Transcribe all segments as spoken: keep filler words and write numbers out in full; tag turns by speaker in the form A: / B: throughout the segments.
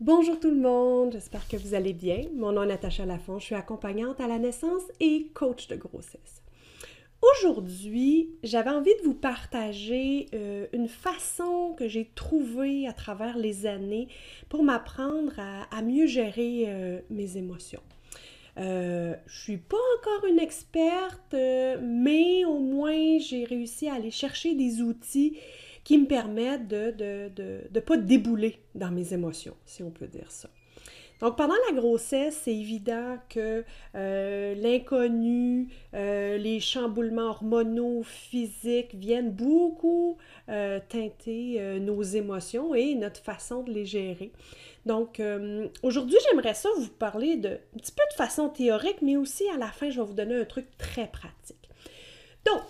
A: Bonjour tout le monde, j'espère que vous allez bien. Mon nom est Natacha Lafont, je suis accompagnante à la naissance et coach de grossesse. Aujourd'hui, j'avais envie de vous partager euh, une façon que j'ai trouvée à travers les années pour m'apprendre à, à mieux gérer euh, mes émotions. Euh, je suis pas encore une experte, euh, mais au moins j'ai réussi à aller chercher des outils qui me permettent de ne de, de, de pas débouler dans mes émotions, si on peut dire ça. Donc, pendant la grossesse, c'est évident que euh, l'inconnu, euh, les chamboulements hormonaux, physiques viennent beaucoup euh, teinter euh, nos émotions et notre façon de les gérer. Donc, euh, aujourd'hui, j'aimerais ça vous parler de un petit peu de façon théorique, mais aussi à la fin, je vais vous donner un truc très pratique. Donc,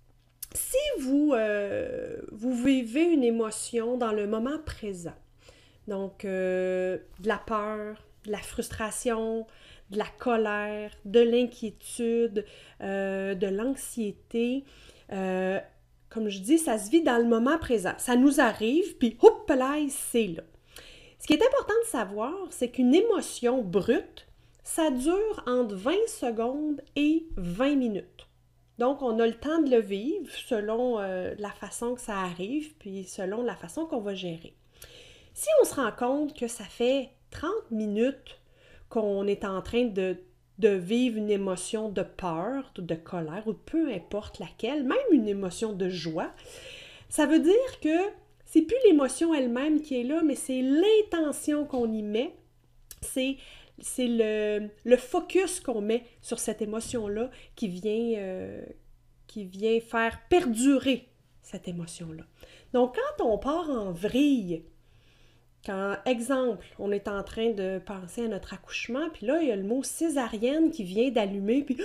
A: si vous, euh, vous vivez une émotion dans le moment présent, donc euh, de la peur, de la frustration, de la colère, de l'inquiétude, euh, de l'anxiété. Euh, comme je dis, ça se vit dans le moment présent. Ça nous arrive, puis hop là, c'est là. Ce qui est important de savoir, c'est qu'une émotion brute, ça dure entre vingt secondes et vingt minutes. Donc, on a le temps de le vivre selon euh, la façon que ça arrive, puis selon la façon qu'on va gérer. Si on se rend compte que ça fait trente minutes qu'on est en train de, de vivre une émotion de peur, de colère, ou peu importe laquelle, même une émotion de joie, ça veut dire que c'est plus l'émotion elle-même qui est là, mais c'est l'intention qu'on y met, c'est, c'est le, le focus qu'on met sur cette émotion-là qui vient, euh, qui vient faire perdurer cette émotion-là. Donc, quand on part en vrille, quand, exemple, on est en train de penser à notre accouchement, puis là, il y a le mot césarienne qui vient d'allumer, puis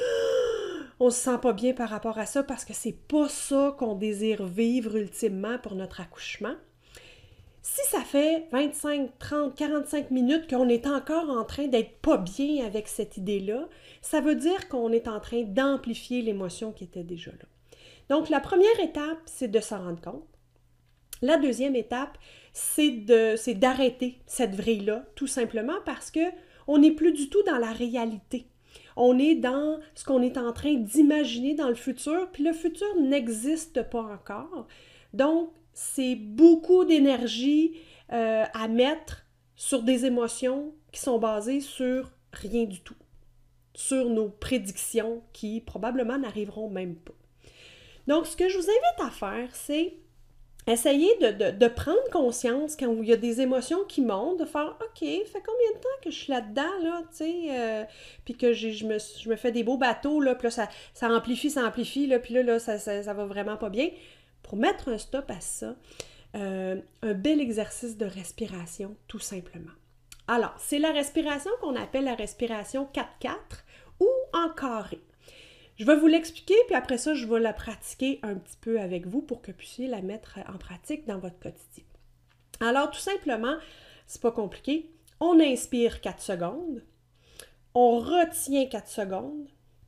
A: on se sent pas bien par rapport à ça parce que c'est pas ça qu'on désire vivre ultimement pour notre accouchement. Si ça fait vingt-cinq, trente, quarante-cinq minutes qu'on est encore en train d'être pas bien avec cette idée-là, ça veut dire qu'on est en train d'amplifier l'émotion qui était déjà là. Donc, la première étape, c'est de s'en rendre compte. La deuxième étape, c'est, de, c'est d'arrêter cette vrille-là, tout simplement parce qu'on n'est plus du tout dans la réalité. On est dans ce qu'on est en train d'imaginer dans le futur, puis le futur n'existe pas encore. Donc, c'est beaucoup d'énergie euh, à mettre sur des émotions qui sont basées sur rien du tout, sur nos prédictions qui probablement n'arriveront même pas. Donc, ce que je vous invite à faire, c'est essayez de, de, de prendre conscience quand il y a des émotions qui montent, de faire « OK, fait combien de temps que je suis là-dedans, là, tu sais, euh, puis que j'ai, je, me, je me fais des beaux bateaux, là, puis là, ça, ça amplifie, ça amplifie, là, puis là, là ça, ça, ça va vraiment pas bien. » Pour mettre un stop à ça, euh, un bel exercice de respiration, tout simplement. Alors, c'est la respiration qu'on appelle la respiration quatre quatre ou en carré. Je vais vous l'expliquer, puis après ça, je vais la pratiquer un petit peu avec vous pour que vous puissiez la mettre en pratique dans votre quotidien. Alors, tout simplement, c'est pas compliqué. On inspire quatre secondes, on retient quatre secondes,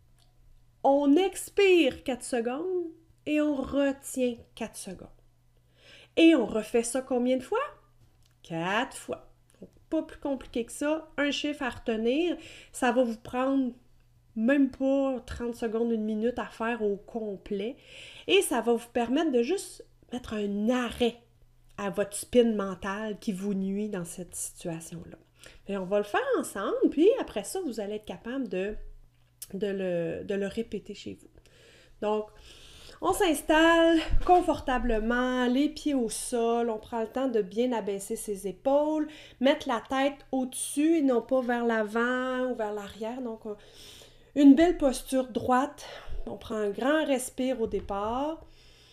A: on expire quatre secondes et on retient quatre secondes. Et on refait ça combien de fois? Quatre fois. Donc, pas plus compliqué que ça. Un chiffre à retenir, ça va vous prendre même pas trente secondes, une minute à faire au complet. Et ça va vous permettre de juste mettre un arrêt à votre spin mental qui vous nuit dans cette situation-là. Et on va le faire ensemble, puis après ça, vous allez être capable de, de, le, de le répéter chez vous. Donc, on s'installe confortablement, les pieds au sol, on prend le temps de bien abaisser ses épaules, mettre la tête au-dessus et non pas vers l'avant ou vers l'arrière. Donc, on, une belle posture droite. On prend un grand respire au départ.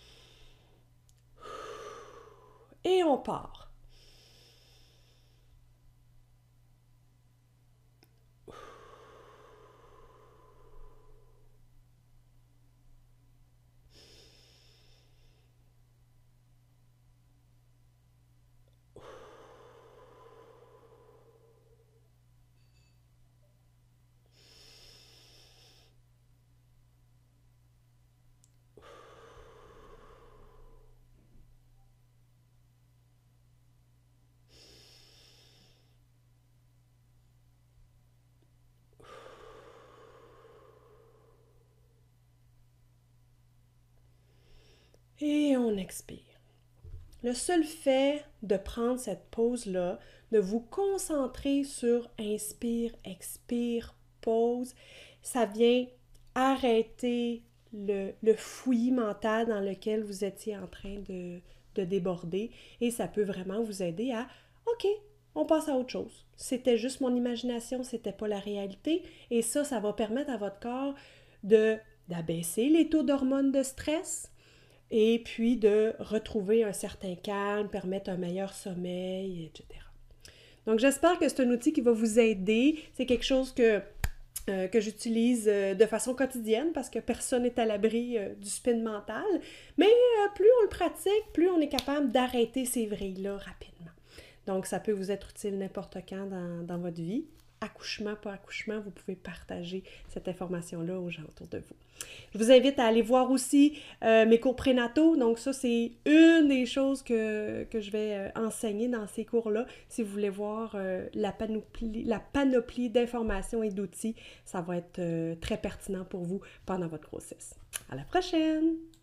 A: Et on part. on expire. Le seul fait de prendre cette pause-là, de vous concentrer sur inspire, expire, pause, ça vient arrêter le, le fouillis mental dans lequel vous étiez en train de, de déborder et ça peut vraiment vous aider à « OK, on passe à autre chose. C'était juste mon imagination, c'était pas la réalité. » Et ça, ça va permettre à votre corps de, d'abaisser les taux d'hormones de stress et puis de retrouver un certain calme, permettre un meilleur sommeil, et cetera. Donc, j'espère que c'est un outil qui va vous aider. C'est quelque chose que, euh, que j'utilise euh, de façon quotidienne parce que personne n'est à l'abri euh, du spin mental. Mais euh, plus on le pratique, plus on est capable d'arrêter ces vrilles-là rapidement. Donc, ça peut vous être utile n'importe quand dans, dans votre vie. Accouchement, pas accouchement, vous pouvez partager cette information-là aux gens autour de vous. Je vous invite à aller voir aussi euh, mes cours prénataux. Donc ça, c'est une des choses que, que je vais euh, enseigner dans ces cours-là. Si vous voulez voir euh, la panoplie, la panoplie d'informations et d'outils, ça va être euh, très pertinent pour vous pendant votre grossesse. À la prochaine!